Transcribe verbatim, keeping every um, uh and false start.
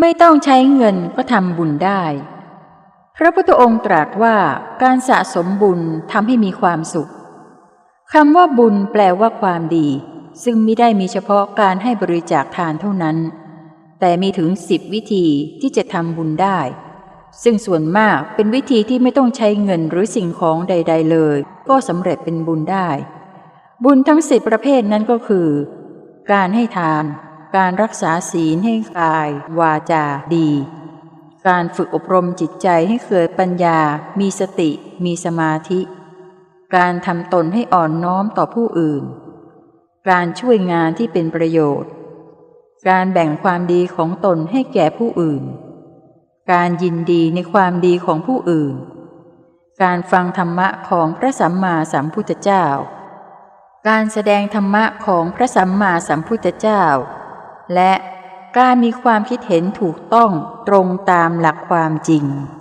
ไม่ต้องใช้เงินก็ทำบุญได้พระพุทธองค์ตรัสว่าการสะสมบุญทำให้มีความสุขคำว่าบุญแปลว่าความดีซึ่งมิได้มีเฉพาะการให้บริจาคทานเท่านั้นแต่มีถึงสิบวิธีที่จะทำบุญได้ซึ่งส่วนมากเป็นวิธีที่ไม่ต้องใช้เงินหรือสิ่งของใดๆเลยก็สำเร็จเป็นบุญได้บุญทั้งสิบประเภทนั้นก็คือการให้ทานการรักษาศีลให้กายวาจาดีการฝึกอบรมจิตใจให้เกิดปัญญามีสติมีสมาธิการทำตนให้อ่อนน้อมต่อผู้อื่นการช่วยงานที่เป็นประโยชน์การแบ่งความดีของตนให้แก่ผู้อื่นการยินดีในความดีของผู้อื่นการฟังธรรมะของพระสัมมาสัมพุทธเจ้าการแสดงธรรมะของพระสัมมาสัมพุทธเจ้าและการมีความคิดเห็นถูกต้องตรงตามหลักความจริง